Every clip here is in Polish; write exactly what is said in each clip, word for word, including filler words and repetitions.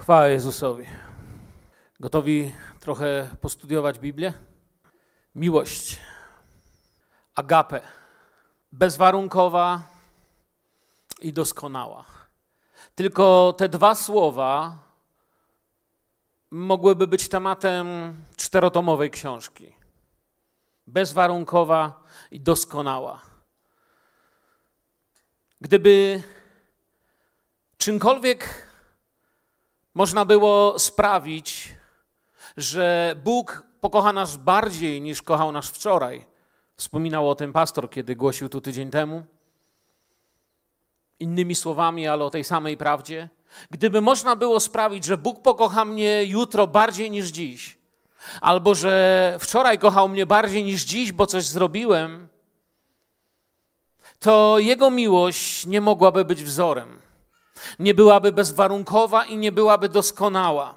Chwała Jezusowi. Gotowi trochę postudiować Biblię? Miłość, agape, bezwarunkowa i doskonała. Tylko te dwa słowa mogłyby być tematem czterotomowej książki. Bezwarunkowa i doskonała. Gdyby czymkolwiek można było sprawić, że Bóg pokocha nas bardziej niż kochał nas wczoraj. Wspominał o tym pastor, kiedy głosił tu tydzień temu. Innymi słowami, ale o tej samej prawdzie. Gdyby można było sprawić, że Bóg pokocha mnie jutro bardziej niż dziś, albo że wczoraj kochał mnie bardziej niż dziś, bo coś zrobiłem, to Jego miłość nie mogłaby być wzorem. Nie byłaby bezwarunkowa i nie byłaby doskonała.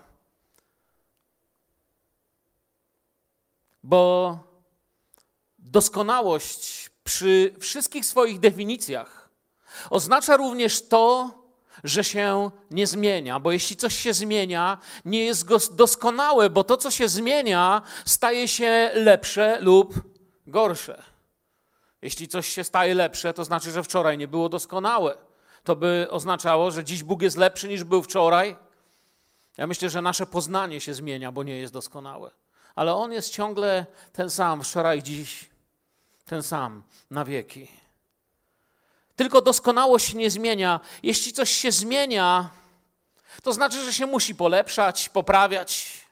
Bo doskonałość przy wszystkich swoich definicjach oznacza również to, że się nie zmienia. Bo jeśli coś się zmienia, nie jest doskonałe, bo to, co się zmienia, staje się lepsze lub gorsze. Jeśli coś się staje lepsze, to znaczy, że wczoraj nie było doskonałe. To by oznaczało, że dziś Bóg jest lepszy niż był wczoraj. Ja myślę, że nasze poznanie się zmienia, bo nie jest doskonałe. Ale On jest ciągle ten sam, wczoraj i dziś, ten sam, na wieki. Tylko doskonałość się nie zmienia. Jeśli coś się zmienia, to znaczy, że się musi polepszać, poprawiać.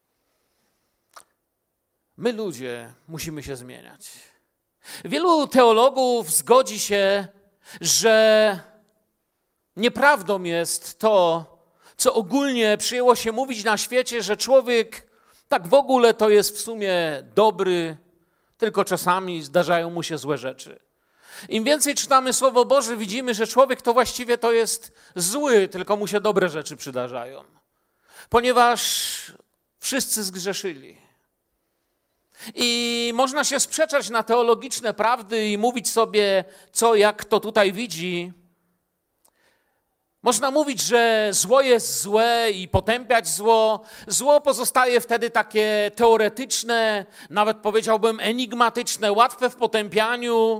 My ludzie musimy się zmieniać. Wielu teologów zgodzi się, że nieprawdą jest to, co ogólnie przyjęło się mówić na świecie, że człowiek tak w ogóle to jest w sumie dobry, tylko czasami zdarzają mu się złe rzeczy. Im więcej czytamy Słowo Boże, widzimy, że człowiek to właściwie to jest zły, tylko mu się dobre rzeczy przydarzają. Ponieważ wszyscy zgrzeszyli. I można się sprzeczać na teologiczne prawdy i mówić sobie, co jak kto tutaj widzi. Można mówić, że zło jest złe i potępiać zło. Zło pozostaje wtedy takie teoretyczne, nawet powiedziałbym enigmatyczne, łatwe w potępianiu.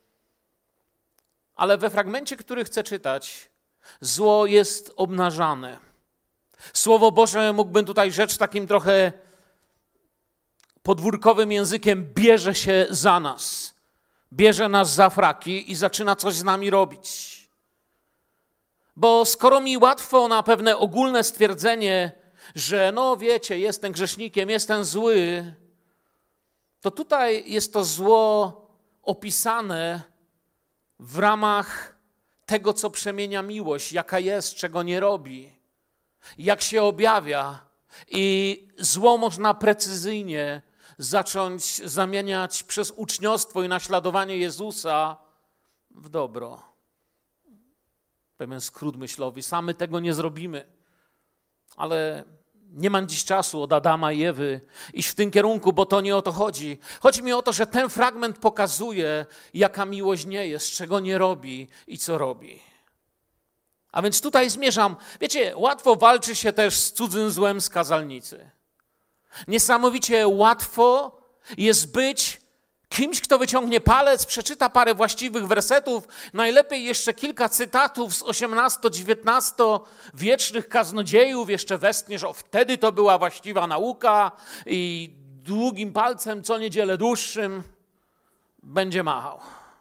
Ale we fragmencie, który chcę czytać, zło jest obnażane. Słowo Boże, mógłbym tutaj rzecz takim trochę podwórkowym językiem, bierze się za nas. Bierze nas za fraki i zaczyna coś z nami robić. Bo skoro mi łatwo na pewne ogólne stwierdzenie, że no wiecie, jestem grzesznikiem, jestem zły, to tutaj jest to zło opisane w ramach tego, co przemienia miłość, jaka jest, czego nie robi, jak się objawia. I zło można precyzyjnie zacząć zamieniać przez uczniostwo i naśladowanie Jezusa w dobro. Pewien skrót myślowy. Sami tego nie zrobimy. Ale nie mam dziś czasu od Adama i Ewy iść w tym kierunku, bo to nie o to chodzi. Chodzi mi o to, że ten fragment pokazuje, jaka miłość nie jest, czego nie robi i co robi. A więc tutaj zmierzam. Wiecie, łatwo walczy się też z cudzym złem skazalnicy. Niesamowicie łatwo jest być kimś, kto wyciągnie palec, przeczyta parę właściwych wersetów, najlepiej jeszcze kilka cytatów z osiemnasto-dziewiętnasto wiecznych kaznodziejów, jeszcze westchnie, że wtedy to była właściwa nauka i długim palcem co niedzielę dłuższym będzie machał.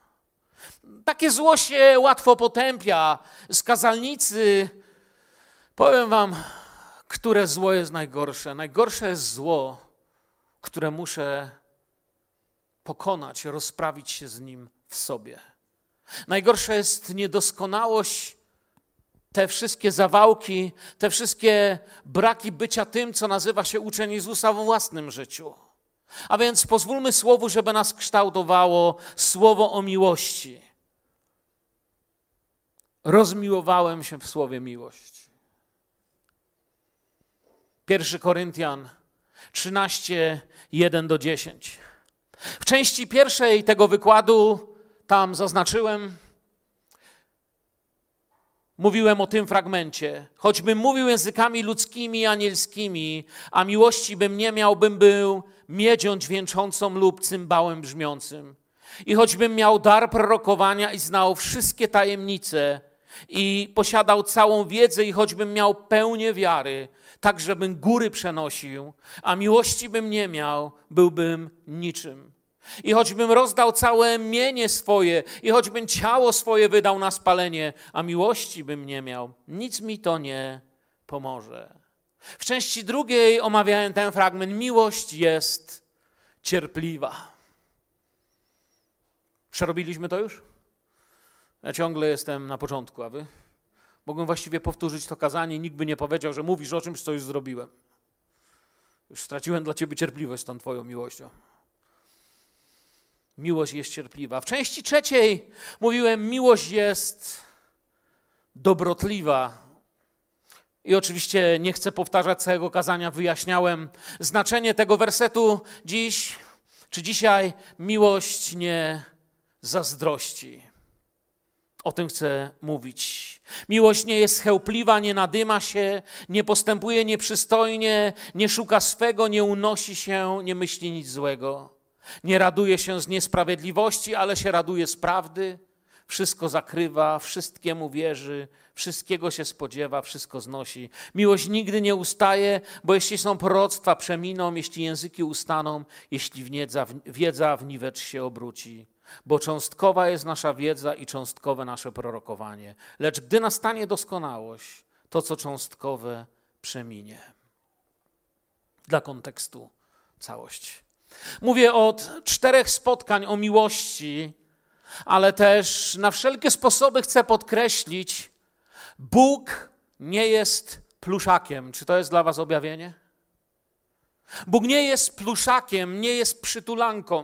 Takie zło się łatwo potępia. Skazalnicy, powiem wam, które zło jest najgorsze. Najgorsze jest zło, które muszę pokonać, rozprawić się z nim w sobie. Najgorsza jest niedoskonałość, te wszystkie zawałki, te wszystkie braki bycia tym, co nazywa się uczeń Jezusa w własnym życiu. A więc pozwólmy Słowu, żeby nas kształtowało słowo o miłości. Rozmiłowałem się w słowie miłość. Pierwszy Koryntian trzynaście, jeden do dziesięć. W części pierwszej tego wykładu, tam zaznaczyłem, mówiłem o tym fragmencie. Choćbym mówił językami ludzkimi i anielskimi, a miłości bym nie miał, bym był miedzią dźwięczącą lub cymbałem brzmiącym. I choćbym miał dar prorokowania i znał wszystkie tajemnice i posiadał całą wiedzę i choćbym miał pełnię wiary, tak żebym góry przenosił, a miłości bym nie miał, byłbym niczym. I choćbym rozdał całe mienie swoje i choćbym ciało swoje wydał na spalenie, a miłości bym nie miał, nic mi to nie pomoże. W części drugiej omawiałem ten fragment. Miłość jest cierpliwa. Przerobiliśmy to już? Ja ciągle jestem na początku, a wy? Mogłem właściwie powtórzyć to kazanie i nikt by nie powiedział, że mówisz o czymś, co już zrobiłem. Już straciłem dla ciebie cierpliwość z tą twoją miłością. Miłość jest cierpliwa. W części trzeciej mówiłem, miłość jest dobrotliwa. I oczywiście nie chcę powtarzać całego kazania, wyjaśniałem znaczenie tego wersetu dziś, czy dzisiaj. Miłość nie zazdrości. O tym chcę mówić. Miłość nie jest chełpliwa, nie nadyma się, nie postępuje nieprzystojnie, nie szuka swego, nie unosi się, nie myśli nic złego. Nie raduje się z niesprawiedliwości, ale się raduje z prawdy. Wszystko zakrywa, wszystkiemu wierzy, wszystkiego się spodziewa, wszystko znosi. Miłość nigdy nie ustaje, bo jeśli są proroctwa, przeminą, jeśli języki ustaną, jeśli wiedza, wiedza w niwecz się obróci. Bo cząstkowa jest nasza wiedza i cząstkowe nasze prorokowanie. Lecz gdy nastanie doskonałość, to co cząstkowe przeminie. Dla kontekstu całość. Mówię od czterech spotkań o miłości, ale też na wszelkie sposoby chcę podkreślić, Bóg nie jest pluszakiem. Czy to jest dla was objawienie? Bóg nie jest pluszakiem, nie jest przytulanką.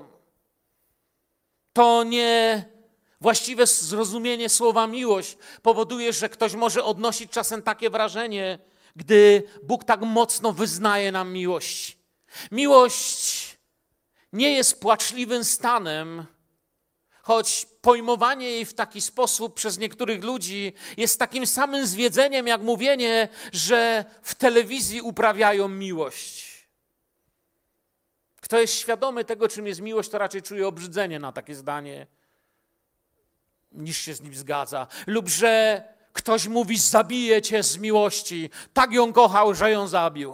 To nie właściwe zrozumienie słowa miłość powoduje, że ktoś może odnosić czasem takie wrażenie, gdy Bóg tak mocno wyznaje nam miłość. Miłość nie jest płaczliwym stanem, choć pojmowanie jej w taki sposób przez niektórych ludzi jest takim samym zwiedzeniem, jak mówienie, że w telewizji uprawiają miłość. Kto jest świadomy tego, czym jest miłość, to raczej czuje obrzydzenie na takie zdanie, niż się z nim zgadza. Lub że ktoś mówi, zabije cię z miłości, tak ją kochał, że ją zabił.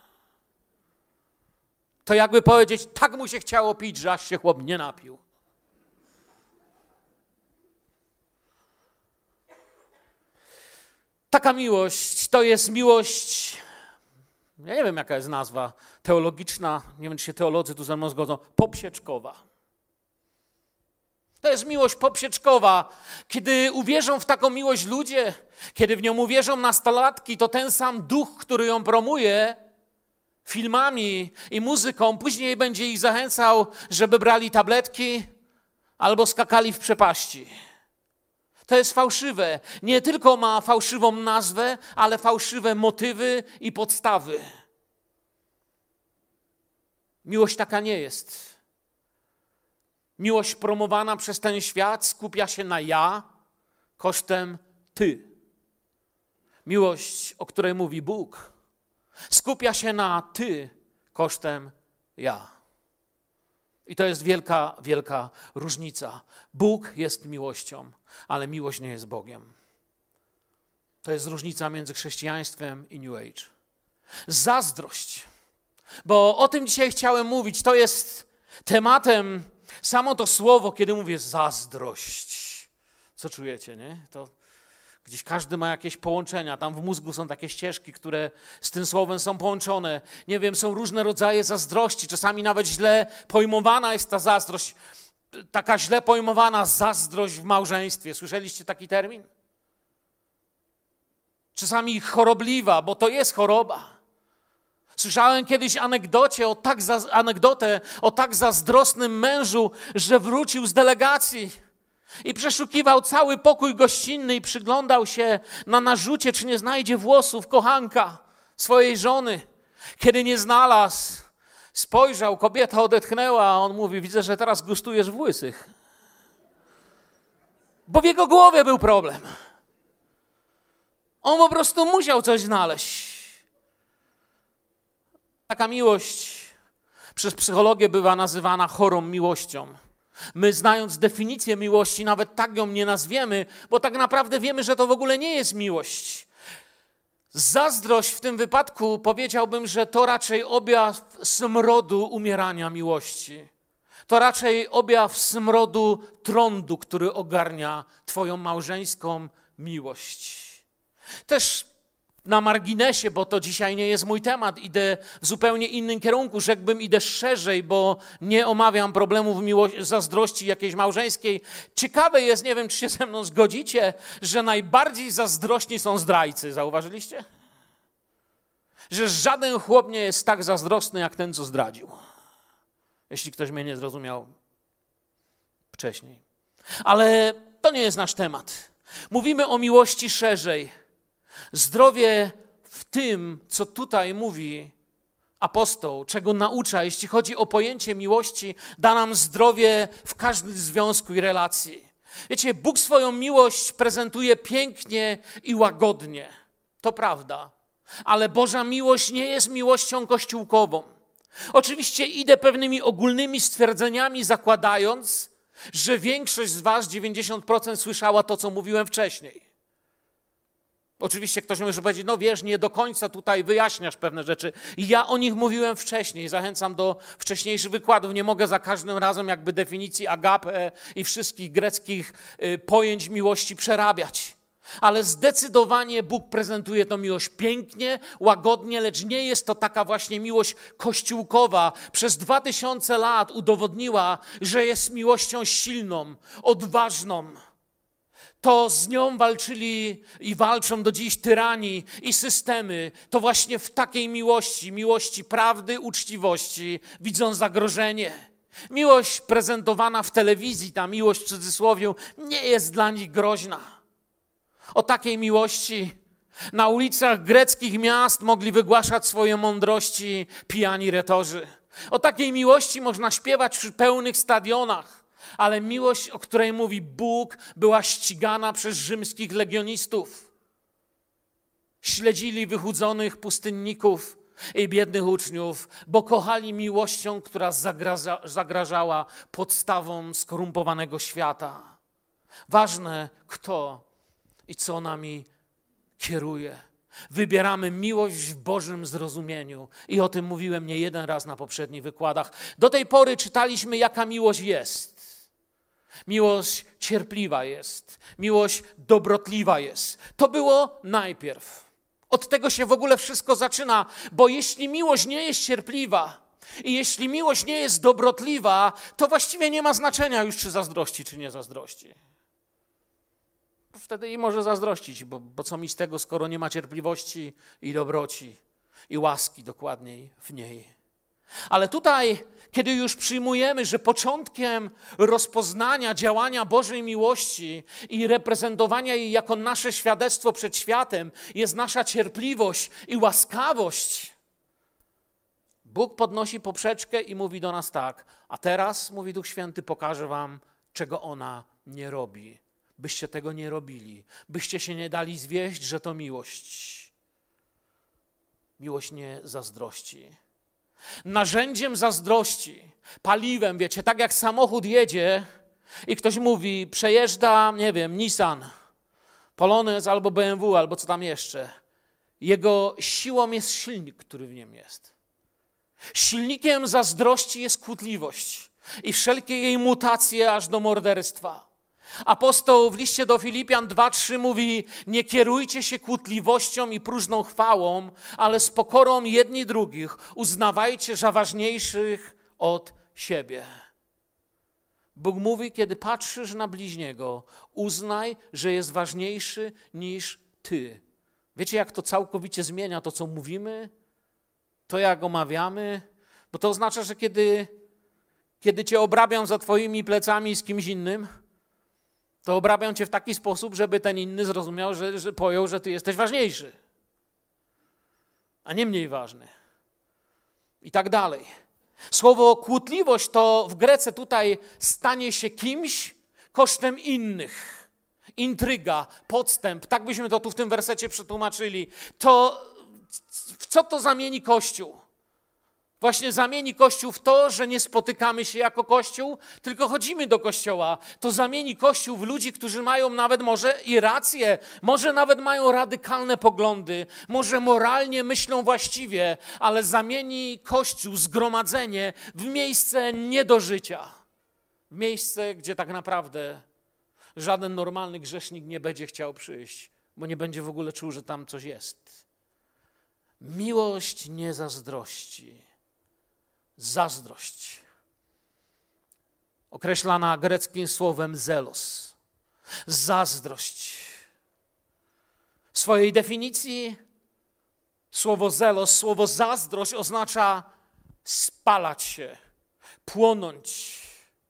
To jakby powiedzieć, tak mu się chciało pić, że aż się chłop nie napił. Taka miłość to jest miłość, ja nie wiem jaka jest nazwa teologiczna, nie wiem czy się teolodzy tu ze mną zgodzą, popsieczkowa. To jest miłość popsieczkowa. Kiedy uwierzą w taką miłość ludzie, kiedy w nią uwierzą nastolatki, to ten sam duch, który ją promuje filmami i muzyką, później będzie ich zachęcał, żeby brali tabletki albo skakali w przepaści. To jest fałszywe. Nie tylko ma fałszywą nazwę, ale fałszywe motywy i podstawy. Miłość taka nie jest. Miłość promowana przez ten świat skupia się na ja kosztem ty. Miłość, o której mówi Bóg, skupia się na ty kosztem ja. I to jest wielka, wielka różnica. Bóg jest miłością, ale miłość nie jest Bogiem. To jest różnica między chrześcijaństwem i New Age. Zazdrość. Bo o tym dzisiaj chciałem mówić. To jest tematem, samo to słowo, kiedy mówię zazdrość. Co czujecie, nie? To gdzieś każdy ma jakieś połączenia. Tam w mózgu są takie ścieżki, które z tym słowem są połączone. Nie wiem, są różne rodzaje zazdrości. Czasami nawet źle pojmowana jest ta zazdrość. Taka źle pojmowana zazdrość w małżeństwie. Słyszeliście taki termin? Czasami chorobliwa, bo to jest choroba. Słyszałem kiedyś anegdocie o tak za, anegdotę o tak zazdrosnym mężu, że wrócił z delegacji i przeszukiwał cały pokój gościnny i przyglądał się na narzucie, czy nie znajdzie włosów kochanka swojej żony. Kiedy nie znalazł, spojrzał, kobieta odetchnęła, a on mówi, widzę, że teraz gustujesz w łysych. Bo w jego głowie był problem. On po prostu musiał coś znaleźć. Taka miłość przez psychologię bywa nazywana chorą miłością. My, znając definicję miłości, nawet tak ją nie nazwiemy, bo tak naprawdę wiemy, że to w ogóle nie jest miłość. Zazdrość w tym wypadku, powiedziałbym, że to raczej objaw smrodu umierania miłości. To raczej objaw smrodu trądu, który ogarnia twoją małżeńską miłość. Też na marginesie, bo to dzisiaj nie jest mój temat, idę w zupełnie innym kierunku, rzekłbym, idę szerzej, bo nie omawiam problemów miłości, zazdrości jakiejś małżeńskiej. Ciekawe jest, nie wiem, czy się ze mną zgodzicie, że najbardziej zazdrośni są zdrajcy. Zauważyliście? Że żaden chłop nie jest tak zazdrosny, jak ten, co zdradził. Jeśli ktoś mnie nie zrozumiał wcześniej. Ale to nie jest nasz temat. Mówimy o miłości szerzej. Zdrowie w tym, co tutaj mówi apostoł, czego naucza, jeśli chodzi o pojęcie miłości, da nam zdrowie w każdym związku i relacji. Wiecie, Bóg swoją miłość prezentuje pięknie i łagodnie. To prawda. Ale Boża miłość nie jest miłością kościółkową. Oczywiście idę pewnymi ogólnymi stwierdzeniami, zakładając, że większość z was, dziewięćdziesiąt procent, słyszała to, co mówiłem wcześniej. Oczywiście ktoś może powiedzieć, no wiesz, nie do końca tutaj wyjaśniasz pewne rzeczy. Ja o nich mówiłem wcześniej, zachęcam do wcześniejszych wykładów. Nie mogę za każdym razem jakby definicji agape i wszystkich greckich pojęć miłości przerabiać. Ale zdecydowanie Bóg prezentuje tę miłość pięknie, łagodnie, lecz nie jest to taka właśnie miłość kościółkowa. Przez dwa tysiące lat udowodniła, że jest miłością silną, odważną. To z nią walczyli i walczą do dziś tyrani i systemy. To właśnie w takiej miłości, miłości prawdy, uczciwości widzą zagrożenie. Miłość prezentowana w telewizji, ta miłość w cudzysłowie, nie jest dla nich groźna. O takiej miłości na ulicach greckich miast mogli wygłaszać swoje mądrości pijani retorzy. O takiej miłości można śpiewać przy pełnych stadionach. Ale miłość, o której mówi Bóg, była ścigana przez rzymskich legionistów. Śledzili wychudzonych pustynników i biednych uczniów, bo kochali miłością, która zagraża, zagrażała podstawom skorumpowanego świata. Ważne, kto i co nami kieruje. Wybieramy miłość w Bożym zrozumieniu. I o tym mówiłem nie jeden raz na poprzednich wykładach. Do tej pory czytaliśmy, jaka miłość jest. Miłość cierpliwa jest. Miłość dobrotliwa jest. To było najpierw. Od tego się w ogóle wszystko zaczyna, bo jeśli miłość nie jest cierpliwa i jeśli miłość nie jest dobrotliwa, to właściwie nie ma znaczenia już, czy zazdrości, czy nie zazdrości. Wtedy i może zazdrościć, bo, bo co mi z tego, skoro nie ma cierpliwości i dobroci i łaski dokładniej w niej. Ale tutaj, kiedy już przyjmujemy, że początkiem rozpoznania działania Bożej miłości i reprezentowania jej jako nasze świadectwo przed światem jest nasza cierpliwość i łaskawość, Bóg podnosi poprzeczkę i mówi do nas tak, a teraz, mówi Duch Święty, pokażę wam, czego ona nie robi. Byście tego nie robili, byście się nie dali zwieść, że to miłość. Miłość nie zazdrości. Narzędziem zazdrości, paliwem, wiecie, tak jak samochód jedzie i ktoś mówi, przejeżdża, nie wiem, Nissan, Polonez albo B M W, albo co tam jeszcze. Jego siłą jest silnik, który w nim jest. Silnikiem zazdrości jest kłótliwość i wszelkie jej mutacje aż do morderstwa. Apostoł w liście do Filipian dwa trzy mówi, nie kierujcie się kłótliwością i próżną chwałą, ale z pokorą jedni drugich uznawajcie za ważniejszych od siebie. Bóg mówi, kiedy patrzysz na bliźniego, uznaj, że jest ważniejszy niż ty. Wiecie, jak to całkowicie zmienia to, co mówimy, to jak omawiamy? Bo to oznacza, że kiedy, kiedy cię obrabiam za twoimi plecami z kimś innym, to obrabiam cię w taki sposób, żeby ten inny zrozumiał, że, że pojął, że ty jesteś ważniejszy, a nie mniej ważny. I tak dalej. Słowo kłótliwość to w Grece tutaj stanie się kimś kosztem innych. intryga, podstęp, tak byśmy to tu w tym wersecie przetłumaczyli, to w co to zamieni Kościół? Właśnie zamieni Kościół w to, że nie spotykamy się jako Kościół, tylko chodzimy do Kościoła. To zamieni Kościół w ludzi, którzy mają nawet może i rację, może nawet mają radykalne poglądy, może moralnie myślą właściwie, ale zamieni Kościół, zgromadzenie w miejsce nie do życia. W miejsce, gdzie tak naprawdę żaden normalny grzesznik nie będzie chciał przyjść, bo nie będzie w ogóle czuł, że tam coś jest. Miłość nie zazdrości. Zazdrość, określana greckim słowem zelos. Zazdrość. W swojej definicji słowo zelos, słowo zazdrość oznacza spalać się, płonąć.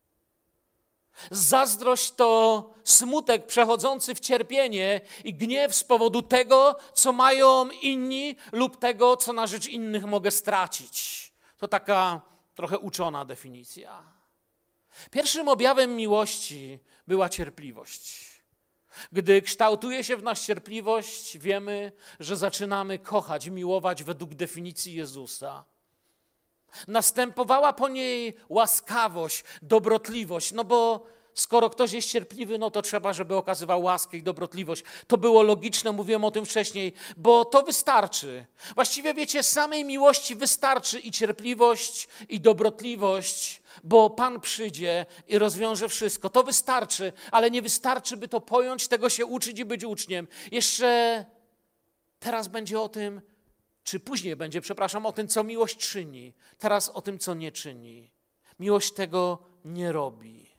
Zazdrość to smutek przechodzący w cierpienie i gniew z powodu tego, co mają inni lub tego, co na rzecz innych mogę stracić. To taka trochę uczona definicja. Pierwszym objawem miłości była cierpliwość. Gdy kształtuje się w nas cierpliwość, wiemy, że zaczynamy kochać, miłować według definicji Jezusa. Następowała po niej łaskawość, dobrotliwość, no bo skoro ktoś jest cierpliwy, no to trzeba, żeby okazywał łaskę i dobrotliwość. To było logiczne, mówiłem o tym wcześniej, bo to wystarczy. Właściwie wiecie, samej miłości wystarczy i cierpliwość, i dobrotliwość, bo Pan przyjdzie i rozwiąże wszystko. To wystarczy, ale nie wystarczy, by to pojąć, tego się uczyć i być uczniem. Jeszcze teraz będzie o tym, czy później będzie, przepraszam, o tym, co miłość czyni. Teraz o tym, co nie czyni. Miłość tego nie robi.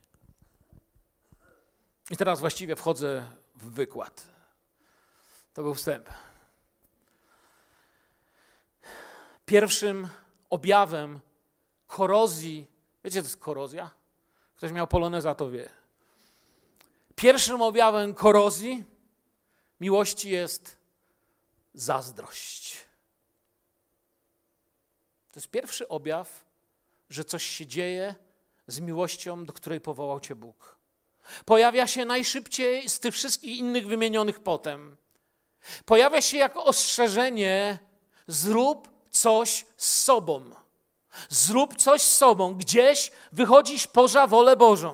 I teraz właściwie wchodzę w wykład. To był wstęp. Pierwszym objawem korozji, wiecie, co to jest korozja? Ktoś miał poloneza, to wie. Pierwszym objawem korozji miłości jest zazdrość. To jest pierwszy objaw, że coś się dzieje z miłością, do której powołał cię Bóg. Pojawia się najszybciej z tych wszystkich innych wymienionych potem. Pojawia się jako ostrzeżenie: zrób coś z sobą. Zrób coś z sobą. Gdzieś wychodzisz poza wolę Bożą.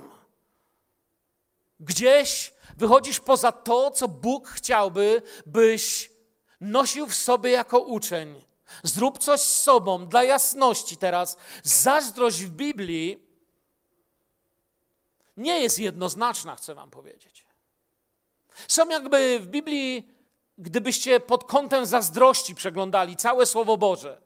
Gdzieś wychodzisz poza to, co Bóg chciałby, byś nosił w sobie jako uczeń. Zrób coś z sobą. Dla jasności teraz, zazdrość w Biblii nie jest jednoznaczna, chcę wam powiedzieć. Są jakby w Biblii, gdybyście pod kątem zazdrości przeglądali całe Słowo Boże.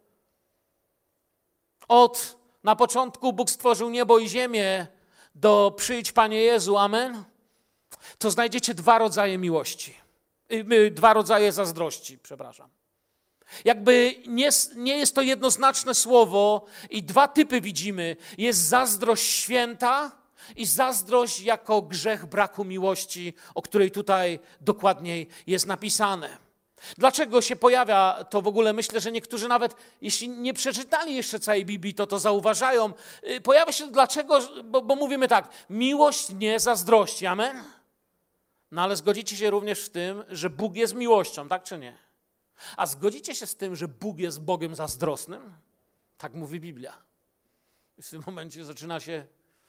Od na początku Bóg stworzył niebo i ziemię do przyjdź Panie Jezu, amen, to znajdziecie dwa rodzaje miłości. Dwa rodzaje zazdrości, przepraszam. Jakby nie, nie jest to jednoznaczne słowo i dwa typy widzimy. Jest zazdrość święta i zazdrość jako grzech braku miłości, o której tutaj dokładniej jest napisane. Dlaczego się pojawia to w ogóle? Myślę, że niektórzy nawet, jeśli nie przeczytali jeszcze całej Biblii, to to zauważają. Pojawia się dlaczego, bo, bo mówimy tak, miłość nie zazdrości, amen? No ale zgodzicie się również w tym, że Bóg jest miłością, tak czy nie? A zgodzicie się z tym, że Bóg jest Bogiem zazdrosnym? Tak mówi Biblia. I w tym momencie zaczyna się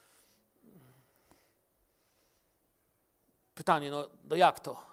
pytanie, no, no jak to?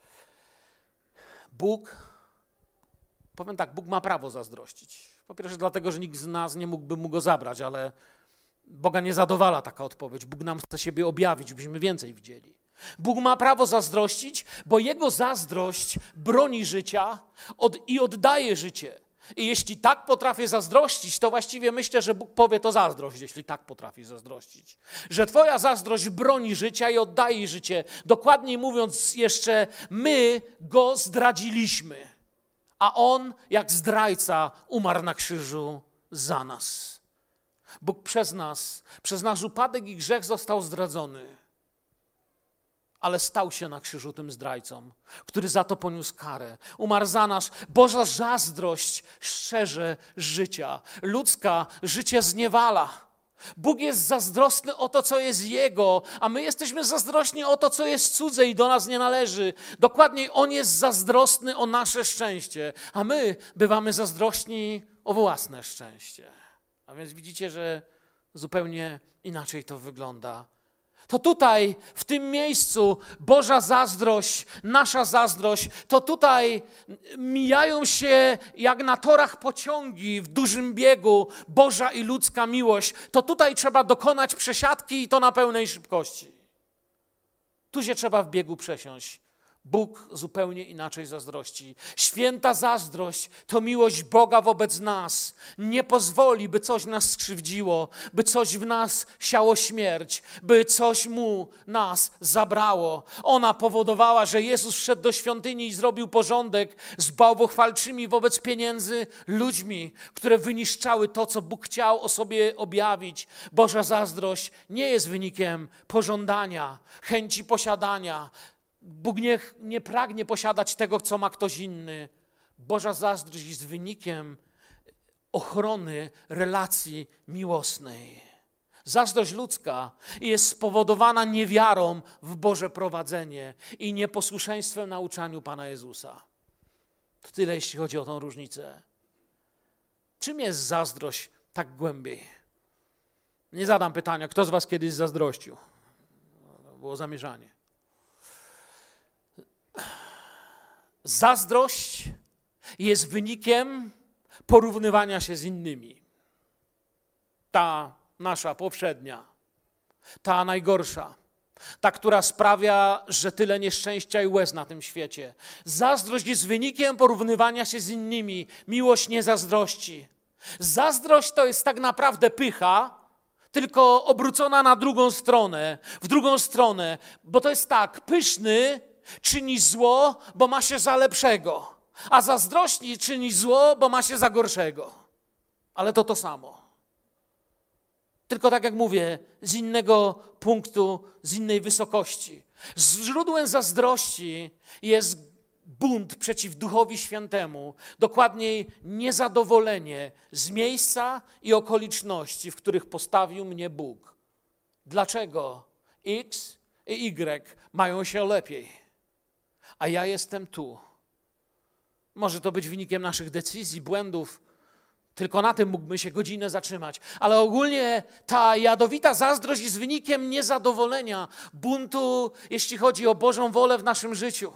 Bóg, powiem tak, Bóg ma prawo zazdrościć. Po pierwsze dlatego, że nikt z nas nie mógłby mu go zabrać, ale Boga nie zadowala taka odpowiedź. Bóg nam chce siebie objawić, byśmy więcej widzieli. Bóg ma prawo zazdrościć, bo Jego zazdrość broni życia od, i oddaje życie. I jeśli tak potrafię zazdrościć, to właściwie myślę, że Bóg powie to zazdrość, jeśli tak potrafi zazdrościć. Że Twoja zazdrość broni życia i oddaje życie. Dokładniej mówiąc jeszcze, my Go zdradziliśmy, a On jak zdrajca umarł na krzyżu za nas. Bóg przez nas, przez nasz upadek i grzech został zdradzony, ale stał się na krzyżu tym zdrajcą, który za to poniósł karę. Umarł za nas. Boża zazdrość szczerze życia. Ludzka życie zniewala. Bóg jest zazdrosny o to, co jest Jego, a my jesteśmy zazdrośni o to, co jest cudze i do nas nie należy. Dokładniej, On jest zazdrosny o nasze szczęście, a my bywamy zazdrośni o własne szczęście. A więc widzicie, że zupełnie inaczej to wygląda. To tutaj, w tym miejscu, Boża zazdrość, nasza zazdrość, to tutaj mijają się jak na torach pociągi w dużym biegu Boża i ludzka miłość. To tutaj trzeba dokonać przesiadki i to na pełnej szybkości. Tu się trzeba w biegu przesiąść. Bóg zupełnie inaczej zazdrości. Święta zazdrość to miłość Boga wobec nas. Nie pozwoli, by coś nas skrzywdziło, by coś w nas siało śmierć, by coś Mu nas zabrało. Ona powodowała, że Jezus wszedł do świątyni i zrobił porządek z bałwochwalczymi wobec pieniędzy ludźmi, które wyniszczały to, co Bóg chciał o sobie objawić. Boża zazdrość nie jest wynikiem pożądania, chęci posiadania. Bóg nie, nie pragnie posiadać tego, co ma ktoś inny. Boża zazdrość jest wynikiem ochrony relacji miłosnej. Zazdrość ludzka jest spowodowana niewiarą w Boże prowadzenie i nieposłuszeństwem nauczaniu Pana Jezusa. To tyle, jeśli chodzi o tą różnicę. Czym jest zazdrość tak głębiej? Nie zadam pytania, kto z was kiedyś zazdrościł? To było zamierzanie. Zazdrość jest wynikiem porównywania się z innymi. Ta nasza poprzednia, ta najgorsza, ta, która sprawia, że tyle nieszczęścia i łez na tym świecie. Zazdrość jest wynikiem porównywania się z innymi. Miłość nie zazdrości. Zazdrość to jest tak naprawdę pycha, tylko obrócona na drugą stronę, w drugą stronę, bo to jest tak, pyszny czyni zło, bo ma się za lepszego, a zazdrośni czyni zło, bo ma się za gorszego. Ale to to samo. Tylko tak jak mówię, z innego punktu, z innej wysokości. Źródłem zazdrości jest bunt przeciw Duchowi Świętemu, dokładniej niezadowolenie z miejsca i okoliczności, w których postawił mnie Bóg. Dlaczego X i Y mają się lepiej, a ja jestem tu? Może to być wynikiem naszych decyzji, błędów. Tylko na tym mógłbym się godzinę zatrzymać. Ale ogólnie ta jadowita zazdrość jest wynikiem niezadowolenia, buntu, jeśli chodzi o Bożą wolę w naszym życiu.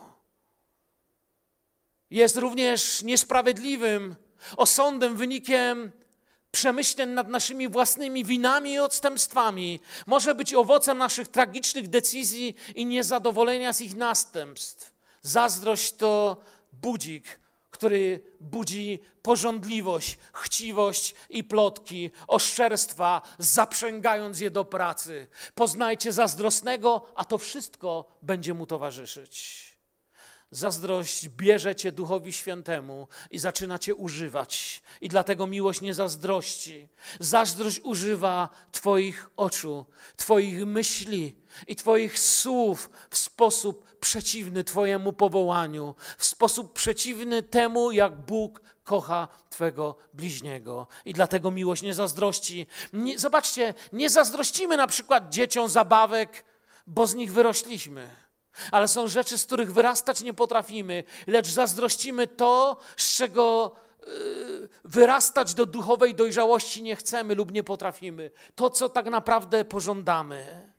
Jest również niesprawiedliwym osądem, wynikiem przemyśleń nad naszymi własnymi winami i odstępstwami. Może być owocem naszych tragicznych decyzji i niezadowolenia z ich następstw. Zazdrość to budzik, który budzi pożądliwość, chciwość i plotki, oszczerstwa, zaprzęgając je do pracy. Poznajcie zazdrosnego, a to wszystko będzie mu towarzyszyć. Zazdrość bierze cię Duchowi Świętemu i zaczyna cię używać. I dlatego miłość nie zazdrości. Zazdrość używa twoich oczu, twoich myśli i twoich słów w sposób przeciwny twojemu powołaniu, w sposób przeciwny temu, jak Bóg kocha twego bliźniego. I dlatego miłość nie zazdrości. Nie, zobaczcie, nie zazdrościmy na przykład dzieciom zabawek, bo z nich wyrośliśmy. Ale są rzeczy, z których wyrastać nie potrafimy, lecz zazdrościmy to, z czego yy, wyrastać do duchowej dojrzałości nie chcemy lub nie potrafimy. To, co tak naprawdę pożądamy.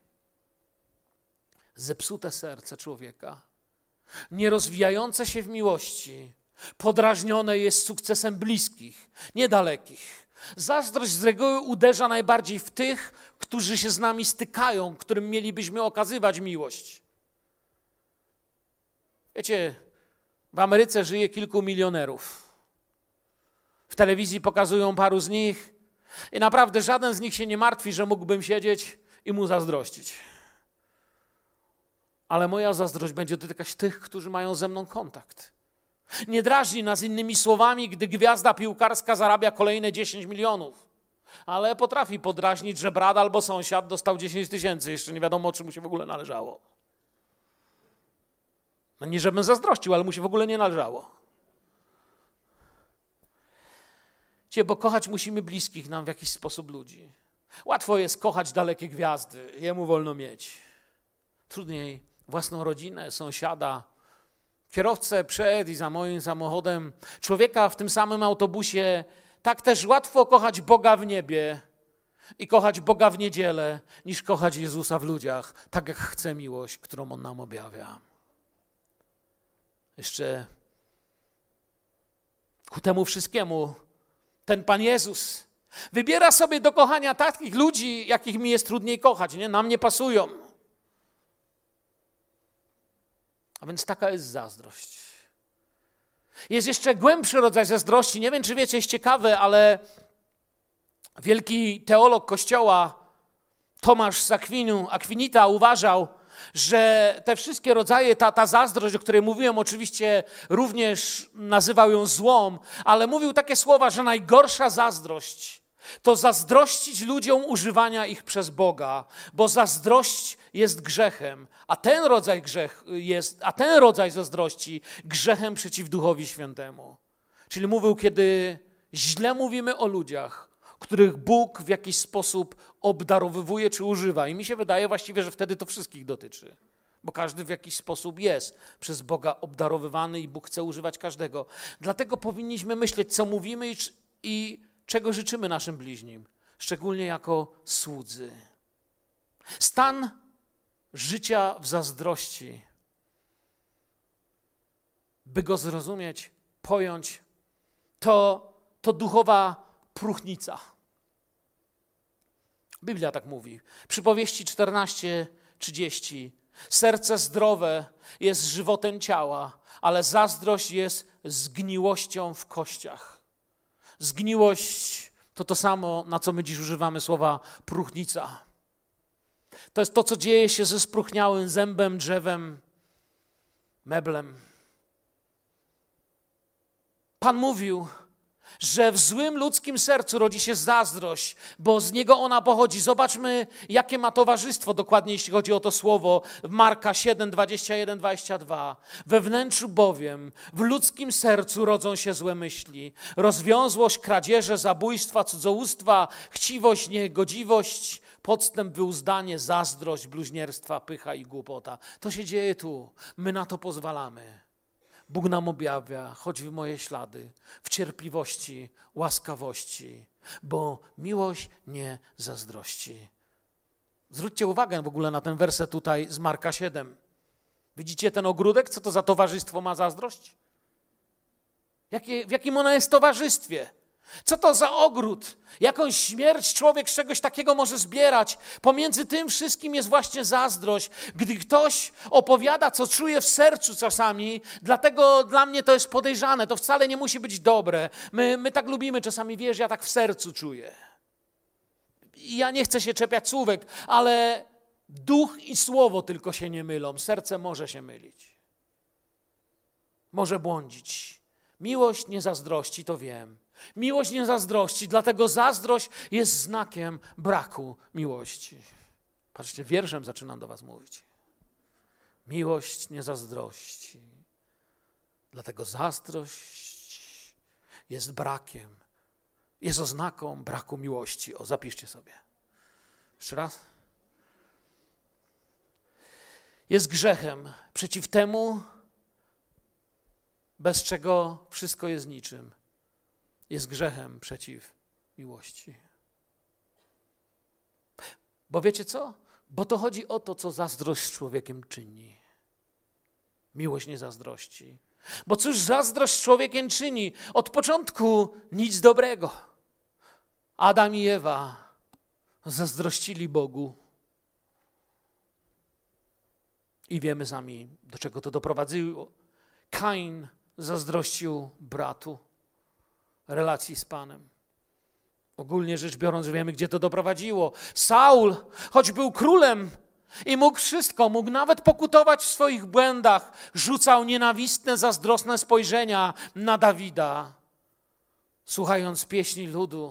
Zepsute serce człowieka, nierozwijające się w miłości, podrażnione jest sukcesem bliskich, niedalekich. Zazdrość z reguły uderza najbardziej w tych, którzy się z nami stykają, którym mielibyśmy okazywać miłość. Wiecie, w Ameryce żyje kilku milionerów. W telewizji pokazują paru z nich i naprawdę żaden z nich się nie martwi, że mógłbym siedzieć i mu zazdrościć. Ale moja zazdrość będzie dotykać tych, którzy mają ze mną kontakt. Nie drażni nas innymi słowami, gdy gwiazda piłkarska zarabia kolejne dziesięć milionów. Ale potrafi podrażnić, że brat albo sąsiad dostał dziesięć tysięcy. Jeszcze nie wiadomo, czy mu się w ogóle należało. No nie, żebym zazdrościł, ale mu się w ogóle nie należało. Cie, bo kochać musimy bliskich nam w jakiś sposób ludzi. Łatwo jest kochać dalekie gwiazdy, jemu wolno mieć. Trudniej własną rodzinę, sąsiada, kierowcę przed i za moim samochodem, człowieka w tym samym autobusie. Tak też łatwo kochać Boga w niebie i kochać Boga w niedzielę, niż kochać Jezusa w ludziach, tak jak chce miłość, którą On nam objawia. Jeszcze ku temu wszystkiemu ten Pan Jezus wybiera sobie do kochania takich ludzi, jakich mi jest trudniej kochać, nie? Nam nie pasują. A więc taka jest zazdrość. Jest jeszcze głębszy rodzaj zazdrości. Nie wiem, czy wiecie, jest ciekawe, ale wielki teolog Kościoła Tomasz z Akwinu, Akwinita uważał, że te wszystkie rodzaje, ta, ta zazdrość, o której mówiłem, oczywiście również nazywał ją złą, ale mówił takie słowa, że najgorsza zazdrość to zazdrościć ludziom używania ich przez Boga, bo zazdrość jest grzechem, a ten rodzaj grzech jest, a ten rodzaj zazdrości grzechem przeciw Duchowi Świętemu. Czyli mówił, kiedy źle mówimy o ludziach, których Bóg w jakiś sposób obdarowywuje czy używa. I mi się wydaje właściwie, że wtedy to wszystkich dotyczy, bo każdy w jakiś sposób jest przez Boga obdarowywany i Bóg chce używać każdego. Dlatego powinniśmy myśleć, co mówimy i, i czego życzymy naszym bliźnim, szczególnie jako słudzy. Stan życia w zazdrości, by go zrozumieć, pojąć, to, to duchowa próchnica. Biblia tak mówi. Przypowieści czternaście trzydzieści. Serce zdrowe jest żywotem ciała, ale zazdrość jest zgniłością w kościach. Zgniłość to to samo, na co my dziś używamy słowa próchnica. To jest to, co dzieje się ze spróchniałym zębem, drzewem, meblem. Pan mówił, że w złym ludzkim sercu rodzi się zazdrość, bo z niego ona pochodzi. Zobaczmy, jakie ma towarzystwo, dokładnie jeśli chodzi o to słowo, w Marka siedem, dwadzieścia jeden, dwadzieścia dwa. We wnętrzu bowiem, w ludzkim sercu rodzą się złe myśli, rozwiązłość, kradzieże, zabójstwa, cudzołóstwa, chciwość, niegodziwość, podstęp, wyuzdanie, zazdrość, bluźnierstwa, pycha i głupota. To się dzieje tu. My na to pozwalamy. Bóg nam objawia, chodź w moje ślady, w cierpliwości, łaskawości, bo miłość nie zazdrości. Zwróćcie uwagę w ogóle na ten werset tutaj z Marka siedem. Widzicie ten ogródek? Co to za towarzystwo ma zazdrość? Jakie, w jakim ona jest towarzystwie? Co to za ogród? Jakąś śmierć człowiek z czegoś takiego może zbierać? Pomiędzy tym wszystkim jest właśnie zazdrość. Gdy ktoś opowiada, co czuje w sercu czasami, dlatego dla mnie to jest podejrzane, to wcale nie musi być dobre. My, my tak lubimy czasami, wiesz, ja tak w sercu czuję. I ja nie chcę się czepiać słówek, ale duch i słowo tylko się nie mylą. Serce może się mylić. Może błądzić. Miłość nie zazdrości, to wiem. Miłość nie zazdrości, dlatego zazdrość jest znakiem braku miłości. Patrzcie, wierszem zaczynam do was mówić. Miłość nie zazdrości, dlatego zazdrość jest brakiem, jest oznaką braku miłości. O, zapiszcie sobie. Jeszcze raz. Jest grzechem przeciw temu, bez czego wszystko jest niczym. Jest grzechem przeciw miłości. Bo wiecie co? Bo to chodzi o to, co zazdrość z człowiekiem czyni. Miłość nie zazdrości. Bo cóż zazdrość z człowiekiem czyni? Od początku nic dobrego. Adam i Ewa zazdrościli Bogu. I wiemy sami, do czego to doprowadziło. Kain zazdrościł bratu relacji z Panem. Ogólnie rzecz biorąc, wiemy, gdzie to doprowadziło. Saul, choć był królem i mógł wszystko, mógł nawet pokutować w swoich błędach, rzucał nienawistne, zazdrosne spojrzenia na Dawida, słuchając pieśni ludu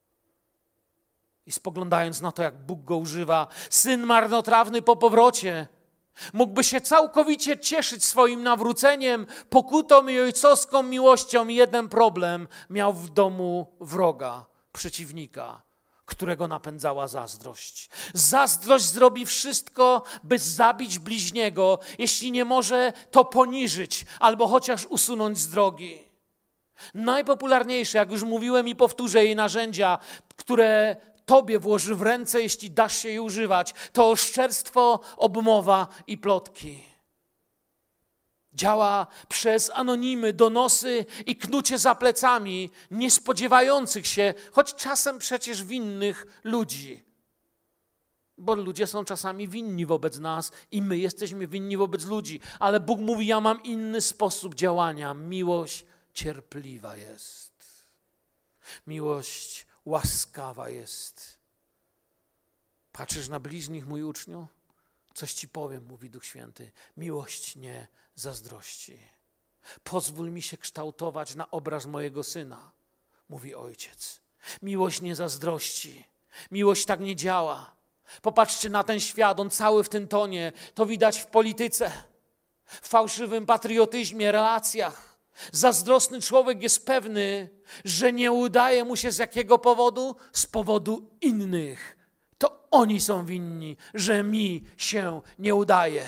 i spoglądając na to, jak Bóg go używa. Syn marnotrawny po powrocie mógłby się całkowicie cieszyć swoim nawróceniem, pokutą i ojcowską miłością. Jeden problem: miał w domu wroga, przeciwnika, którego napędzała zazdrość. Zazdrość zrobi wszystko, by zabić bliźniego, jeśli nie może, to poniżyć albo chociaż usunąć z drogi. Najpopularniejsze, jak już mówiłem i powtórzę, jej narzędzia, które Tobie włoży w ręce, jeśli dasz się je używać, to oszczerstwo, obmowa i plotki. Działa przez anonimy, donosy i knucie za plecami niespodziewających się, choć czasem przecież winnych ludzi. Bo ludzie są czasami winni wobec nas i my jesteśmy winni wobec ludzi. Ale Bóg mówi, ja mam inny sposób działania. Miłość cierpliwa jest. Miłość łaskawa jest. Patrzysz na bliźnich, mój uczniu? Coś ci powiem, mówi Duch Święty. Miłość nie zazdrości. Pozwól mi się kształtować na obraz mojego Syna, mówi Ojciec. Miłość nie zazdrości. Miłość tak nie działa. Popatrzcie na ten świat, on cały w tym tonie. To widać w polityce, w fałszywym patriotyzmie, relacjach. Zazdrosny człowiek jest pewny, że nie udaje mu się z jakiego powodu? Z powodu innych. To oni są winni, że mi się nie udaje.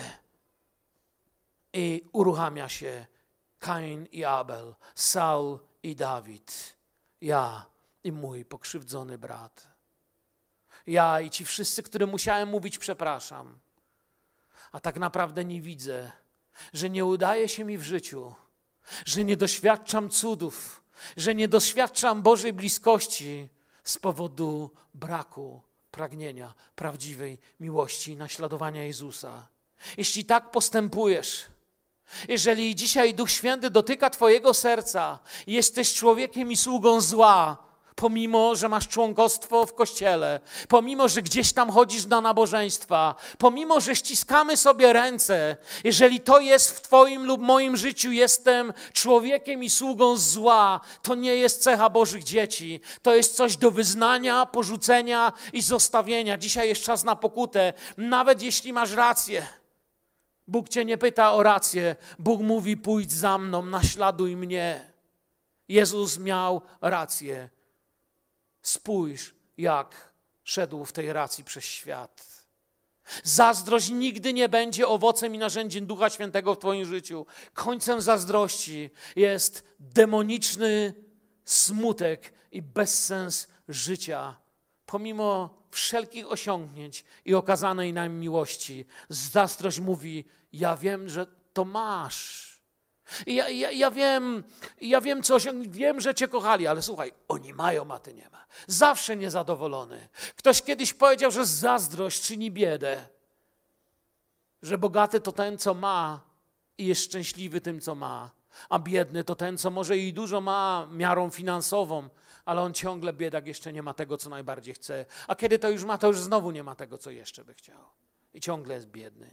I uruchamia się Kain i Abel, Saul i Dawid. Ja i mój pokrzywdzony brat. Ja i ci wszyscy, którym musiałem mówić przepraszam. A tak naprawdę nie widzę, że nie udaje się mi w życiu, że nie doświadczam cudów, że nie doświadczam Bożej bliskości z powodu braku pragnienia prawdziwej miłości i naśladowania Jezusa. Jeśli tak postępujesz, jeżeli dzisiaj Duch Święty dotyka twojego serca, jesteś człowiekiem i sługą zła, pomimo że masz członkostwo w Kościele, pomimo że gdzieś tam chodzisz na nabożeństwa, pomimo że ściskamy sobie ręce, jeżeli to jest w twoim lub moim życiu, jestem człowiekiem i sługą zła, to nie jest cecha Bożych dzieci. To jest coś do wyznania, porzucenia i zostawienia. Dzisiaj jest czas na pokutę, nawet jeśli masz rację. Bóg cię nie pyta o rację. Bóg mówi, pójdź za mną, naśladuj mnie. Jezus miał rację. Spójrz, jak szedł w tej racji przez świat. Zazdrość nigdy nie będzie owocem i narzędziem Ducha Świętego w twoim życiu. Końcem zazdrości jest demoniczny smutek i bezsens życia. Pomimo wszelkich osiągnięć i okazanej nam miłości, zazdrość mówi, ja wiem, że to masz. Ja, ja, ja wiem, ja wiem, co osiągnąć, wiem, że cię kochali, ale słuchaj, oni mają, a ty nie ma. Zawsze niezadowolony. Ktoś kiedyś powiedział, że zazdrość czyni biedę. Że bogaty to ten, co ma i jest szczęśliwy tym, co ma. A biedny to ten, co może i dużo ma miarą finansową, ale on ciągle, biedak, jeszcze nie ma tego, co najbardziej chce. A kiedy to już ma, to już znowu nie ma tego, co jeszcze by chciał. I ciągle jest biedny.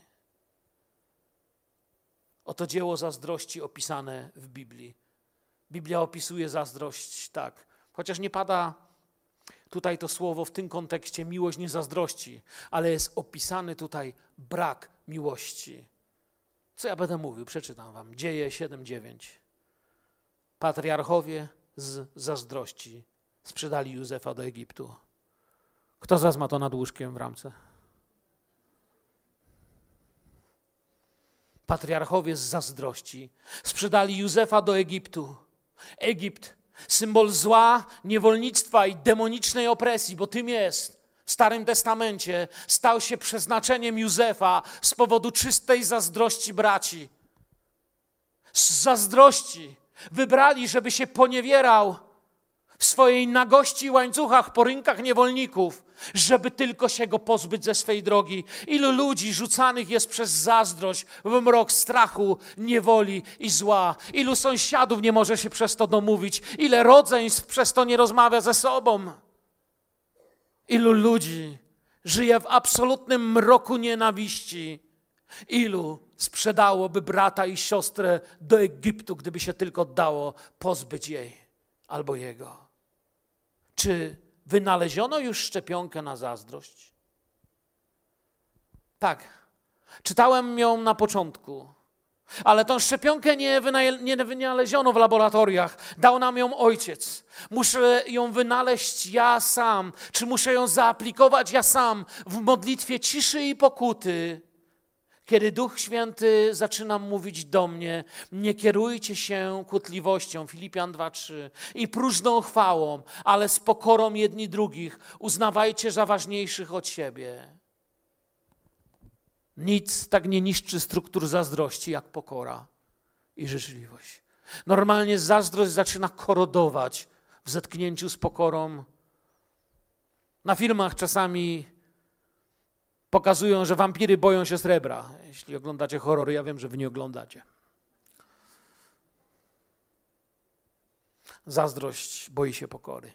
Oto dzieło zazdrości opisane w Biblii. Biblia opisuje zazdrość tak, chociaż nie pada tutaj to słowo w tym kontekście miłość nie zazdrości, ale jest opisany tutaj brak miłości. Co ja będę mówił? Przeczytam wam. Dzieje siedem dziewięć. Patriarchowie z zazdrości sprzedali Józefa do Egiptu. Kto z was ma to nad łóżkiem w ramce? Patriarchowie z zazdrości sprzedali Józefa do Egiptu. Egipt, symbol zła, niewolnictwa i demonicznej opresji, bo tym jest. W Starym Testamencie stał się przeznaczeniem Józefa z powodu czystej zazdrości braci. Z zazdrości wybrali, żeby się poniewierał w swojej nagości i łańcuchach po rynkach niewolników, żeby tylko się go pozbyć ze swej drogi. Ilu ludzi rzucanych jest przez zazdrość w mrok strachu, niewoli i zła. Ilu sąsiadów nie może się przez to domówić. Ile rodzeństw przez to nie rozmawia ze sobą. Ilu ludzi żyje w absolutnym mroku nienawiści. Ilu sprzedałoby brata i siostrę do Egiptu, gdyby się tylko dało pozbyć jej albo jego. Czy wynaleziono już szczepionkę na zazdrość? Tak. Czytałem ją na początku. Ale tą szczepionkę nie, wynaje- nie wynaleziono w laboratoriach. Dał nam ją Ojciec. Muszę ją wynaleźć ja sam. Czy muszę ją zaaplikować ja sam w modlitwie ciszy i pokuty? Kiedy Duch Święty zaczyna mówić do mnie, nie kierujcie się kłótliwością, Filipian dwa trzy, i próżną chwałą, ale z pokorą jedni drugich uznawajcie za ważniejszych od siebie. Nic tak nie niszczy struktur zazdrości jak pokora i życzliwość. Normalnie zazdrość zaczyna korodować w zetknięciu z pokorą. Na filmach czasami pokazują, że wampiry boją się srebra. Jeśli oglądacie horrory, ja wiem, że wy nie oglądacie. Zazdrość boi się pokory.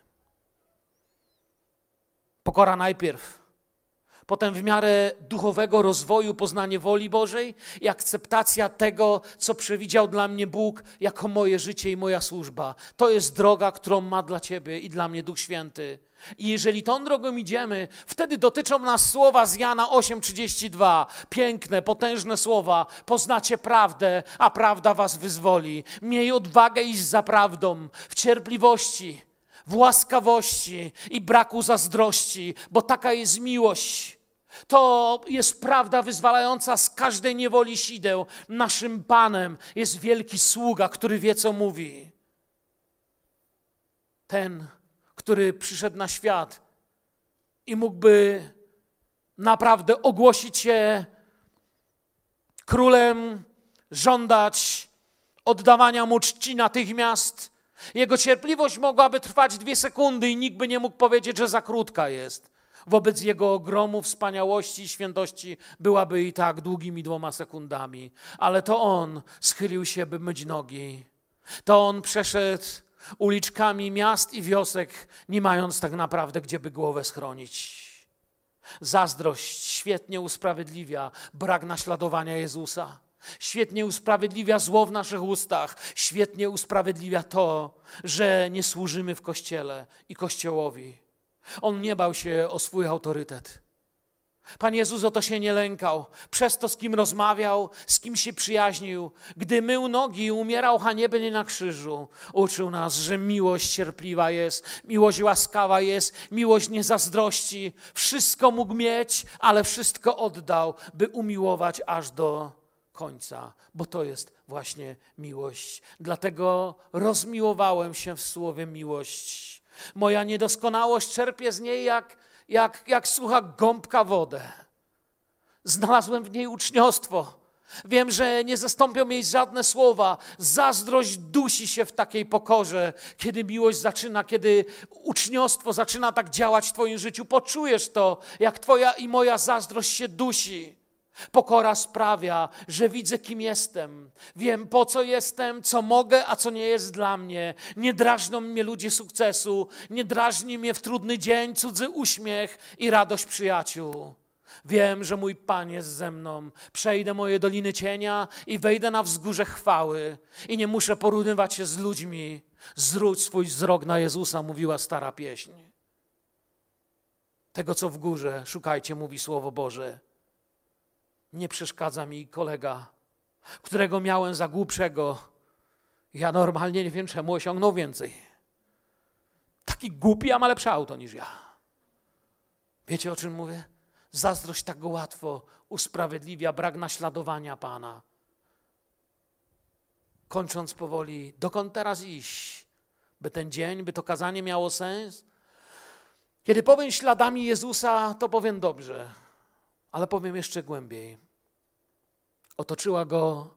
Pokora najpierw, potem w miarę duchowego rozwoju poznanie woli Bożej i akceptacja tego, co przewidział dla mnie Bóg jako moje życie i moja służba. To jest droga, którą ma dla ciebie i dla mnie Duch Święty. I jeżeli tą drogą idziemy, wtedy dotyczą nas słowa z Jana osiem trzydzieści dwa. Piękne, potężne słowa. Poznacie prawdę, a prawda was wyzwoli. Miej odwagę iść za prawdą, w cierpliwości, w łaskawości i braku zazdrości, bo taka jest miłość. To jest prawda wyzwalająca z każdej niewoli sideł. Naszym Panem jest wielki sługa, który wie, co mówi. Ten, który przyszedł na świat i mógłby naprawdę ogłosić się królem, żądać oddawania mu czci natychmiast. Jego cierpliwość mogłaby trwać dwie sekundy i nikt by nie mógł powiedzieć, że za krótka jest. Wobec Jego ogromu, wspaniałości i świętości byłaby i tak długimi dwoma sekundami. Ale to On schylił się, by myć nogi. To On przeszedł uliczkami miast i wiosek, nie mając tak naprawdę gdzie by głowę schronić. Zazdrość świetnie usprawiedliwia brak naśladowania Jezusa. Świetnie usprawiedliwia zło w naszych ustach. Świetnie usprawiedliwia to, że nie służymy w Kościele i Kościołowi. On nie bał się o swój autorytet. Pan Jezus o to się nie lękał. Przez to, z kim rozmawiał, z kim się przyjaźnił. Gdy mył nogi i umierał haniebnie na krzyżu, uczył nas, że miłość cierpliwa jest, miłość łaskawa jest, miłość nie zazdrości. Wszystko mógł mieć, ale wszystko oddał, by umiłować aż do końca, bo to jest właśnie miłość. Dlatego rozmiłowałem się w słowie miłość. Moja niedoskonałość czerpie z niej jak, jak, jak sucha gąbka wodę. Znalazłem w niej uczniostwo. Wiem, że nie zastąpią jej żadne słowa. Zazdrość dusi się w takiej pokorze, kiedy miłość zaczyna, kiedy uczniostwo zaczyna tak działać w twoim życiu. Poczujesz to, jak twoja i moja zazdrość się dusi. Pokora sprawia, że widzę, kim jestem. Wiem, po co jestem, co mogę, a co nie jest dla mnie. Nie drażnią mnie ludzie sukcesu, nie drażni mnie w trudny dzień cudzy uśmiech i radość przyjaciół. Wiem, że mój Pan jest ze mną. Przejdę moje doliny cienia i wejdę na wzgórze chwały. I nie muszę porównywać się z ludźmi. Zwróć swój wzrok na Jezusa, mówiła stara pieśń. Tego, co w górze, szukajcie, mówi Słowo Boże. Nie przeszkadza mi kolega, którego miałem za głupszego. Ja normalnie nie wiem, czemu osiągnął więcej. Taki głupi, a ma lepsze auto niż ja. Wiecie, o czym mówię? Zazdrość tak go łatwo usprawiedliwia, brak naśladowania Pana. Kończąc powoli, dokąd teraz iść? By ten dzień, by to kazanie miało sens? Kiedy powiem śladami Jezusa, to powiem dobrze. Ale powiem jeszcze głębiej. Otoczyła go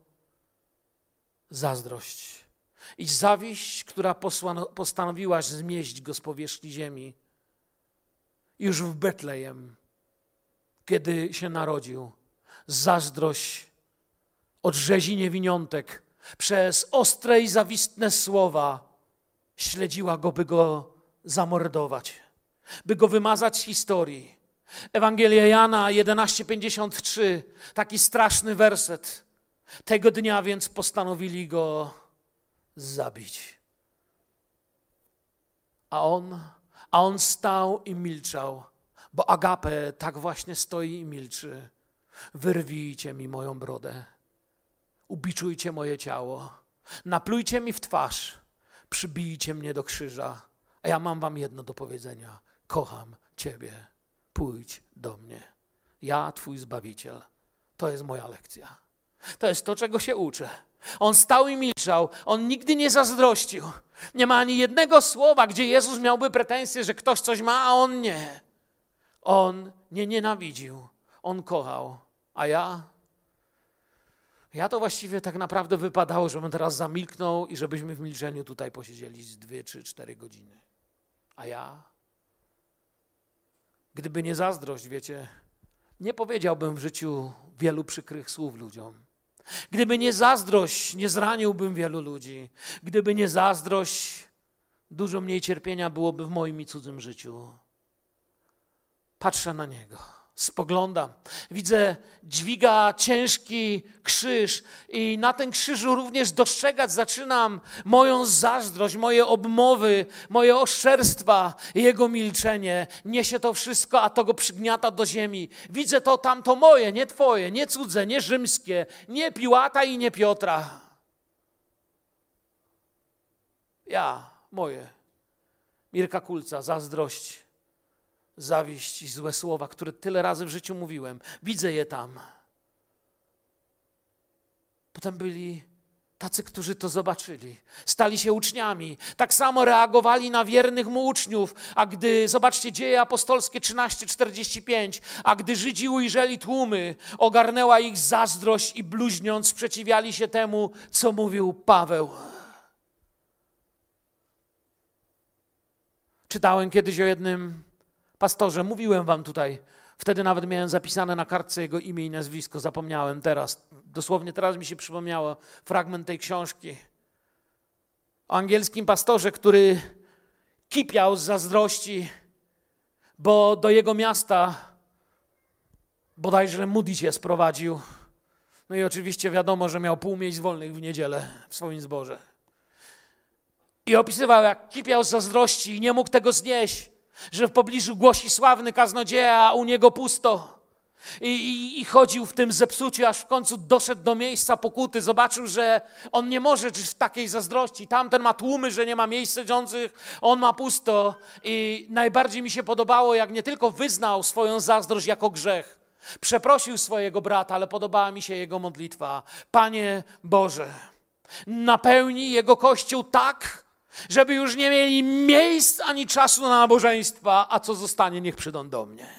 zazdrość i zawiść, która postanowiła zmieść go z powierzchni ziemi. Już w Betlejem, kiedy się narodził, zazdrość od rzezi niewiniątek przez ostre i zawistne słowa śledziła go, by go zamordować, by go wymazać z historii. Ewangelia Jana jedenaście pięćdziesiąt trzy, taki straszny werset. Tego dnia więc postanowili go zabić. A on, a on stał i milczał, bo agape tak właśnie stoi i milczy. Wyrwijcie mi moją brodę. ubiczujcie moje ciało, naplujcie mi w twarz, przybijcie mnie do krzyża, a ja mam wam jedno do powiedzenia. Kocham Ciebie, pójdź do mnie. Ja, Twój Zbawiciel. To jest moja lekcja. To jest to, czego się uczę. On stał i milczał. On nigdy nie zazdrościł. Nie ma ani jednego słowa, gdzie Jezus miałby pretensje, że ktoś coś ma, a on nie. On nie nienawidził. On kochał. A ja? Ja to właściwie tak naprawdę wypadało, żebym teraz zamilknął i żebyśmy w milczeniu tutaj posiedzieli z dwie, trzy, cztery godziny. A ja? Gdyby nie zazdrość, wiecie, nie powiedziałbym w życiu wielu przykrych słów ludziom. Gdyby nie zazdrość, nie zraniłbym wielu ludzi. Gdyby nie zazdrość, dużo mniej cierpienia byłoby w moim i cudzym życiu. Patrzę na Niego, spoglądam. Widzę, dźwiga ciężki krzyż i na ten krzyżu również dostrzegać zaczynam moją zazdrość, moje obmowy, moje oszczerstwa, Jego milczenie. Niesie to wszystko, a to Go przygniata do ziemi. Widzę to tamto moje, nie Twoje, nie cudze, nie rzymskie, nie Piłata i nie Piotra. Ja, moje. Mirka Kulca, zazdrość. Zawiść i złe słowa, które tyle razy w życiu mówiłem. Widzę je tam. Potem byli tacy, którzy to zobaczyli. Stali się uczniami. Tak samo reagowali na wiernych mu uczniów. A gdy, zobaczcie, Dzieje Apostolskie trzynaście czterdzieści pięć, a gdy Żydzi ujrzeli tłumy, ogarnęła ich zazdrość i bluźniąc sprzeciwiali się temu, co mówił Paweł. Czytałem kiedyś o jednym pastorze, mówiłem wam tutaj, wtedy nawet miałem zapisane na kartce jego imię i nazwisko, zapomniałem teraz, dosłownie teraz mi się przypomniało fragment tej książki. O angielskim pastorze, który kipiał z zazdrości, bo do jego miasta bodajże Moody się sprowadził. No i oczywiście wiadomo, że miał pół miejsc wolnych w niedzielę w swoim zborze. I opisywał, jak kipiał z zazdrości i nie mógł tego znieść, że w pobliżu głosi sławny kaznodzieja, a u niego pusto. I, i, I chodził w tym zepsuciu, aż w końcu doszedł do miejsca pokuty. Zobaczył, że on nie może żyć w takiej zazdrości. Tamten ma tłumy, że nie ma miejsc siedzących, on ma pusto. I najbardziej mi się podobało, jak nie tylko wyznał swoją zazdrość jako grzech, przeprosił swojego brata, ale podobała mi się jego modlitwa. Panie Boże, napełnij jego kościół tak, żeby już nie mieli miejsc ani czasu na nabożeństwa, a co zostanie, niech przyjdą do mnie.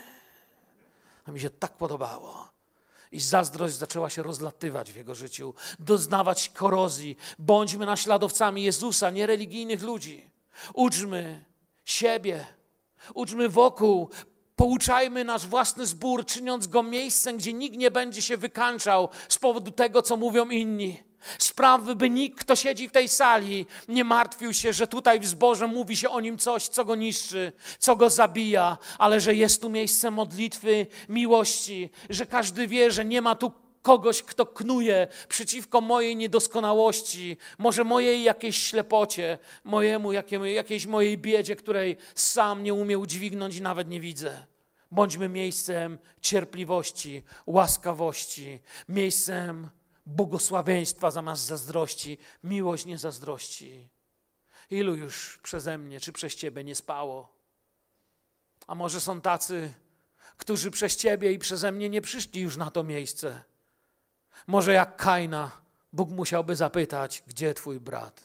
A mi się tak podobało. I zazdrość zaczęła się rozlatywać w jego życiu, doznawać korozji. Bądźmy naśladowcami Jezusa, nie religijnych ludzi. Uczmy siebie, uczmy wokół, pouczajmy nasz własny zbór, czyniąc go miejscem, gdzie nikt nie będzie się wykańczał z powodu tego, co mówią inni. Sprawy, by nikt, kto siedzi w tej sali, nie martwił się, że tutaj w zborze mówi się o nim coś, co go niszczy, co go zabija, ale że jest tu miejsce modlitwy, miłości, że każdy wie, że nie ma tu kogoś, kto knuje przeciwko mojej niedoskonałości, może mojej jakiejś ślepocie, mojemu, jakiejś mojej biedzie, której sam nie umiem udźwignąć i nawet nie widzę. Bądźmy miejscem cierpliwości, łaskawości, miejscem błogosławieństwa zamiast zazdrości, miłość nie zazdrości. Ilu już przeze mnie czy przez Ciebie nie spało? A może są tacy, którzy przez Ciebie i przeze mnie nie przyszli już na to miejsce? Może jak Kaina, Bóg musiałby zapytać, gdzie Twój brat?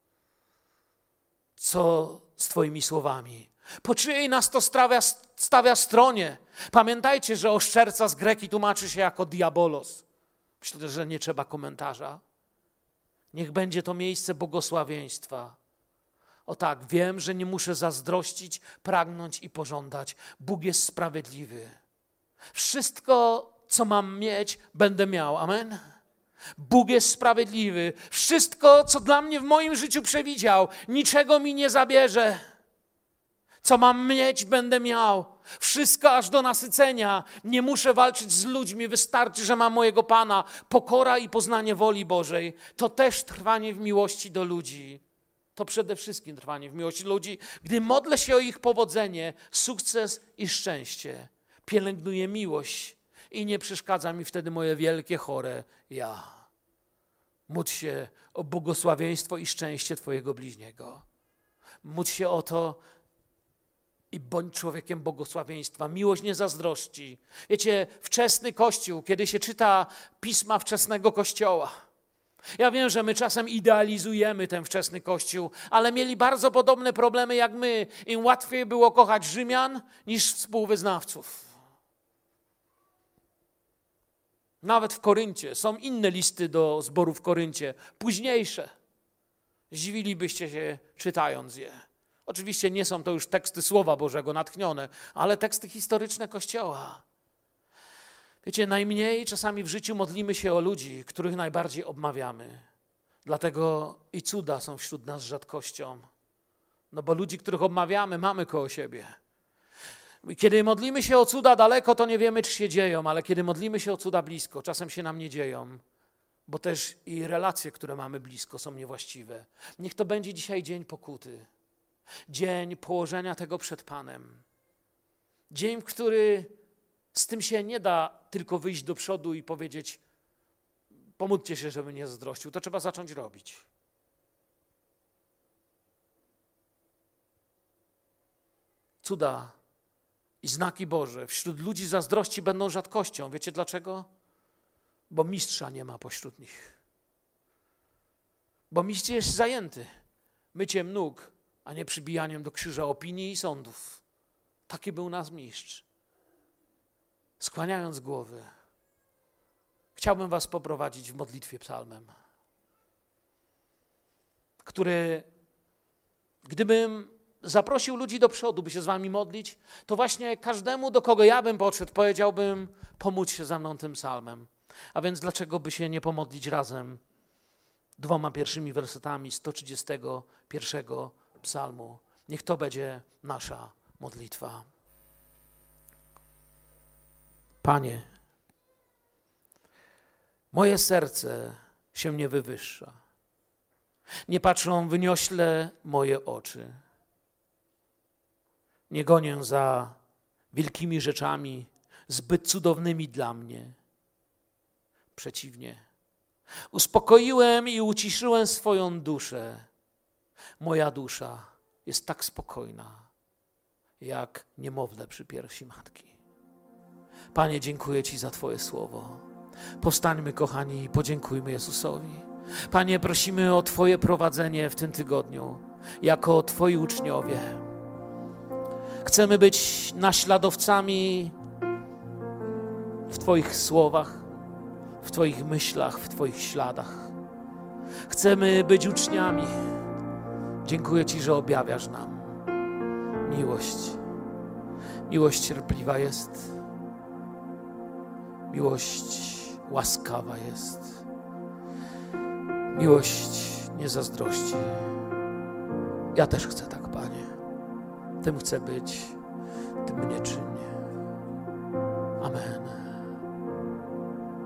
Co z Twoimi słowami? Po czyjej nas to stawia, stawia stronie? Pamiętajcie, że oszczerca z greki tłumaczy się jako diabolos. Myślę, że nie trzeba komentarza. Niech będzie to miejsce błogosławieństwa. O tak, wiem, że nie muszę zazdrościć, pragnąć i pożądać. Bóg jest sprawiedliwy. Wszystko, co mam mieć, będę miał. Amen? Bóg jest sprawiedliwy. Wszystko, co dla mnie w moim życiu przewidział, niczego mi nie zabierze. Co mam mieć, będę miał. Wszystko aż do nasycenia. Nie muszę walczyć z ludźmi. Wystarczy, że mam mojego Pana. Pokora i poznanie woli Bożej. To też trwanie w miłości do ludzi. To przede wszystkim trwanie w miłości do ludzi. Gdy modlę się o ich powodzenie, sukces i szczęście, pielęgnuję miłość i nie przeszkadza mi wtedy moje wielkie, chore ja. Módl się o błogosławieństwo i szczęście twojego bliźniego. Módl się o to i bądź człowiekiem błogosławieństwa. Miłość nie zazdrości. Wiecie, wczesny Kościół, kiedy się czyta pisma wczesnego Kościoła, ja wiem, że my czasem idealizujemy ten wczesny Kościół, ale mieli bardzo podobne problemy jak my. Im łatwiej było kochać Rzymian niż współwyznawców. Nawet w Koryncie. Są inne listy do zboru w Koryncie, późniejsze. Zdziwilibyście się, czytając je. Oczywiście nie są to już teksty Słowa Bożego natchnione, ale teksty historyczne Kościoła. Wiecie, najmniej czasami w życiu modlimy się o ludzi, których najbardziej obmawiamy. Dlatego i cuda są wśród nas rzadkością. No bo ludzi, których obmawiamy, mamy koło siebie. Kiedy modlimy się o cuda daleko, to nie wiemy, czy się dzieją, ale kiedy modlimy się o cuda blisko, czasem się nam nie dzieją, bo też i relacje, które mamy blisko, są niewłaściwe. Niech to będzie dzisiaj dzień pokuty. Dzień położenia tego przed Panem. Dzień, w który z tym się nie da tylko wyjść do przodu i powiedzieć: pomódlcie się, żeby nie zazdrościł. To trzeba zacząć robić. Cuda i znaki Boże wśród ludzi zazdrości będą rzadkością. Wiecie dlaczego? Bo mistrza nie ma pośród nich. Bo mistrz jest zajęty myciem nóg, a nie przybijaniem do krzyża opinii i sądów. Taki był nasz mistrz. Skłaniając głowy, chciałbym was poprowadzić w modlitwie psalmem, który, gdybym zaprosił ludzi do przodu, by się z wami modlić, to właśnie każdemu, do kogo ja bym podszedł, powiedziałbym: pomódl się ze mną tym psalmem. A więc dlaczego by się nie pomodlić razem dwoma pierwszymi wersetami sto trzydziestego pierwszego psalmu? Niech to będzie nasza modlitwa. Panie, moje serce się nie wywyższa. Nie patrzą wyniośle moje oczy. Nie gonię za wielkimi rzeczami, zbyt cudownymi dla mnie. Przeciwnie, uspokoiłem i uciszyłem swoją duszę. Moja dusza jest tak spokojna, jak niemowlę przy piersi matki. Panie, dziękuję Ci za Twoje słowo. Powstańmy, kochani, i podziękujmy Jezusowi. Panie, prosimy o Twoje prowadzenie w tym tygodniu, jako Twoi uczniowie. Chcemy być naśladowcami w Twoich słowach, w Twoich myślach, w Twoich śladach. Chcemy być uczniami. Dziękuję Ci, że objawiasz nam miłość. Miłość cierpliwa jest. Miłość łaskawa jest. Miłość nie zazdrości. Ja też chcę tak, Panie. Tym chcę być, Tym mnie czyni.